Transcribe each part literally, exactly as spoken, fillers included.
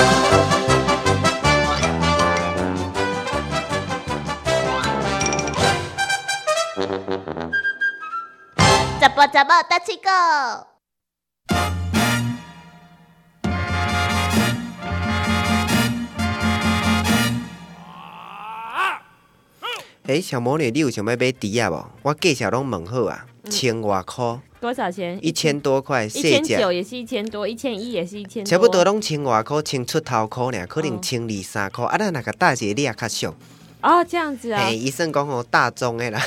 怎么怎么大七个？ 诶，小魔女，你有想要买猪啊无？我介绍拢问好啊，千外块。 多少钱？ 一千多块， 一千九也是一千多，一千一也是一千多， 差不多拢千外块，千出头块呢，可能千二三块。啊，咱那个大姐你也较俗。 哦，这样子啊。 嘿，医生讲吼大众的啦。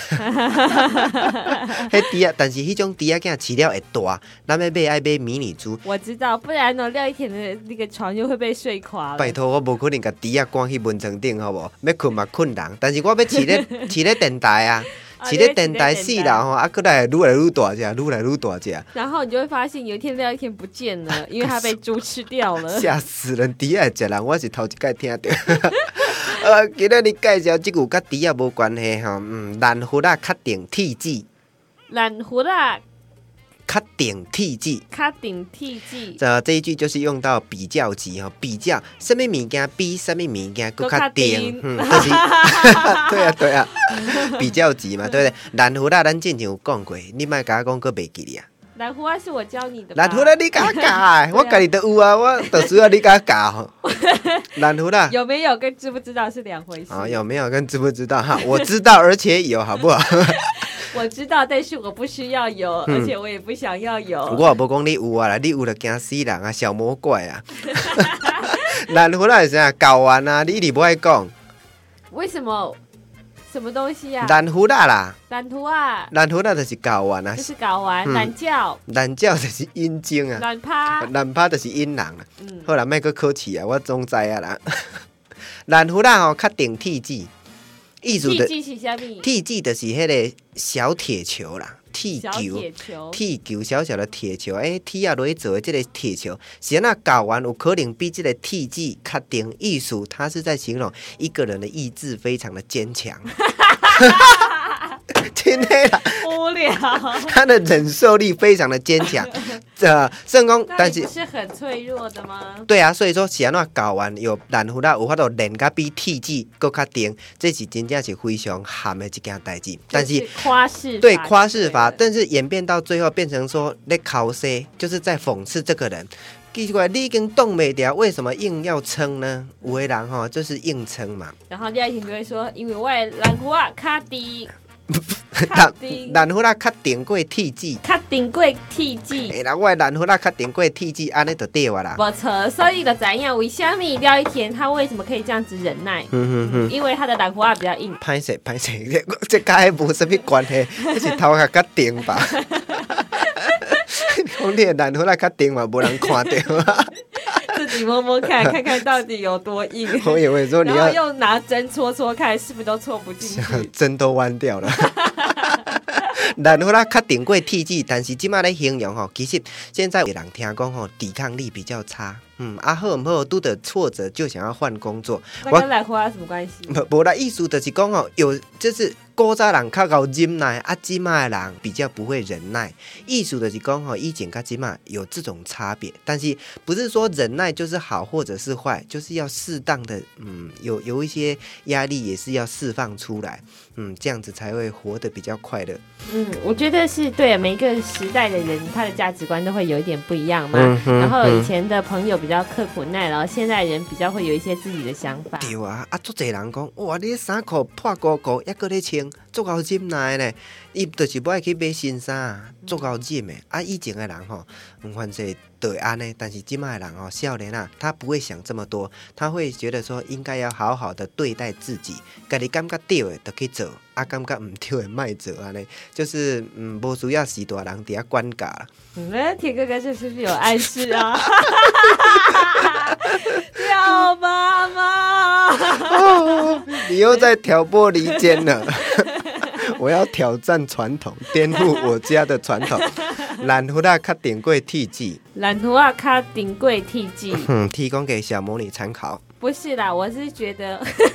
迄猪啊，但是迄种猪仔囝饲了会大，咱要买爱买迷你猪。 我知道，不然呢，廖一田的那个床就会被睡垮了。 拜托，我无可能甲猪仔关去蚊床顶，好无？要困嘛困人，但是我要饲咧饲咧电台啊。饲咧电台四楼吼，啊，搁来愈来愈大只，愈来愈大只。 然后你就会发现，有一天廖一天不见了，因为他被猪吃掉了。 吓死人！猪仔会食人，我是头一摆听到。呃，今日你介绍即句甲猪仔无关系吼，嗯，蓝胡仔卡顶剃剂。 蓝胡仔。 卡顶剃剂， 卡顶剃剂， 这这一句就是用到比较级哈，比较什么物件比什么物件更卡顶，嗯，就是对啊对啊，比较级嘛，对不对？蓝胡仔咱之前有讲过，你莫甲我讲个袂记哩啊。 蓝胡仔是我教你的吧。 蓝胡仔你甲我教，我家己都有啊，我都需要你甲我教吼。蓝胡仔有没有跟知不知道是两回事啊？有没有跟知不知道哈？我知道，而且有，好不好？ 我知道，但是我不需要有，嗯、而且我也不想要有。 我也不讲你有啊啦，你有就惊死人啊，小魔怪啊！蓝胡仔是啥？睾丸啊，你一直不爱讲。 为什么？什么东西啊？ 蓝胡仔啦。 蓝胡啊。 蓝胡仔就是睾丸啊。 就是睾丸，懒觉。 懒觉就是阴茎啊。 懒趴。 懒趴就是阴人啦。嗯。好啦，莫阁客气啊，我总知啊啦。蓝胡仔吼，较定剃剂。 剃剂是啥物？ 剃剂就是迄个小铁球啦，剃球，剃球小小的铁球，诶、欸，剃啊落去做的这个铁球，是那睾丸有可能比这个剃剂较定艺术，它是在形容一个人的意志非常的坚强。真的啦， 无聊。 他的忍受力非常的坚强，呃，圣公，但是是很脆弱的吗？ 对啊，所以说是安怎睾丸有蓝胡仔有法度练甲比剃剂更较定，这是真正是非常含的一件代志。但是夸饰对夸饰法，但是演变到最后变成说咧考试，就是在讽刺这个人。奇怪，你已经动没掉，为什么硬要撑呢？有的人吼就是硬撑嘛。 然后廖一婷就会说，因为我的蓝胡仔卡低。 蓝胡仔较定过剃剂， 较定过剃剂。 哎啦，我的蓝胡仔较定过剃剂，安尼就对我啦。 没错，所以就知影为什么廖一田他为什么可以这样子忍耐？嗯嗯嗯，因为他的蓝胡仔比较硬。 歹势歹势，这甲迄无什么关系，这是头壳较定吧。讲你的蓝胡仔较定嘛，无人看到。 自己摸摸看，看看到底有多硬。 我以为说你要， 然后又拿针戳戳看，是不是都戳不进去？ 针都弯掉了。蓝胡仔较定过剃剂，但是即马咧形容吼，其实现在有人听讲吼，抵抗力比较差。嗯，啊好唔好，拄着挫折就想要换工作。 那跟蓝胡仔什么关系？ 无啦，意思就是讲吼，有就是古早人较够忍耐，啊，即马的人比较不会忍耐。意思就是讲吼，以前跟即马有这种差别，但是不是说忍耐就是好或者是坏，就是要适当的，嗯，有有一些压力也是要释放出来，嗯，这样子才会活得比较快乐。 嗯，我觉得是对，每一个时代的人他的价值观都会有一点不一样嘛。嗯嗯、然后以前的朋友比较刻苦耐劳，现在人比较会有一些自己的想法。 对啊，啊，足侪人讲，哇，你衫裤破鼓鼓，还搁咧穿，足够忍耐呢。伊就是不爱去买新衫，足够忍的。啊，以前的人吼，反正对安呢，但是今麦的人哦，少年啊，他不会想这么多，他会觉得说应该要好好的对待自己，家己感觉对的就去做，啊，感觉唔对的卖做安尼，就是嗯，无需要时大人伫遐管教啦。 嗯，铁哥哥这是不是有暗示啊？廖妈妈、 哦，你又在挑拨离间了。我要挑战传统，颠覆我家的传统。蓝胡仔较定过剃剂， 蓝胡仔较定过剃剂， 嗯，提供给小魔女参考。 不是啦，我是觉得，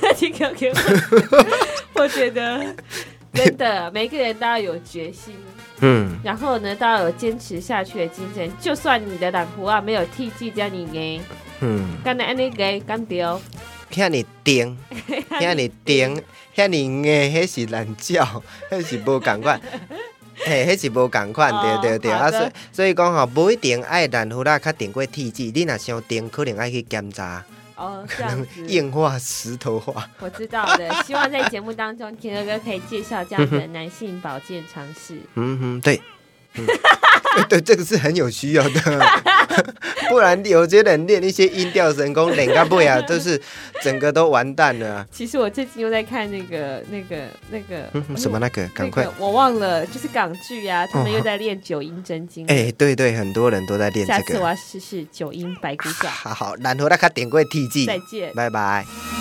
我觉得真的，每个人都要有决心，嗯，然后呢，都要有坚持下去的精神。就算你的蓝胡仔没有剃剂，叫你呢， 嗯， 刚才安尼个讲对， 遐尼顶，遐尼顶，遐尼硬，迄是懒觉，迄是无共款。嘿，迄是无共款，对对对，啊，所以所以讲吼，无一定爱蓝胡啦，较顶过体脂，你若伤顶，可能爱去检查。 哦， 可能硬化、石头化。 我知道的，希望在节目当中，田哥哥可以介绍这样的男性保健常识。 嗯哼，对。嗯、对，这个是很有需要的，不然有些人练一些音调神功，练到尾啊，就是整个都完蛋了、啊。 其实我最近又在看那个、那个、那个、 嗯、什么那个，赶快、 那个，我忘了，就是港剧啊，他们又在练九阴真经。 哎、哦欸，对对，很多人都在练这个。 下次我要试试九阴白骨爪。 好好，然后那他点过 T G， 再见， 拜拜。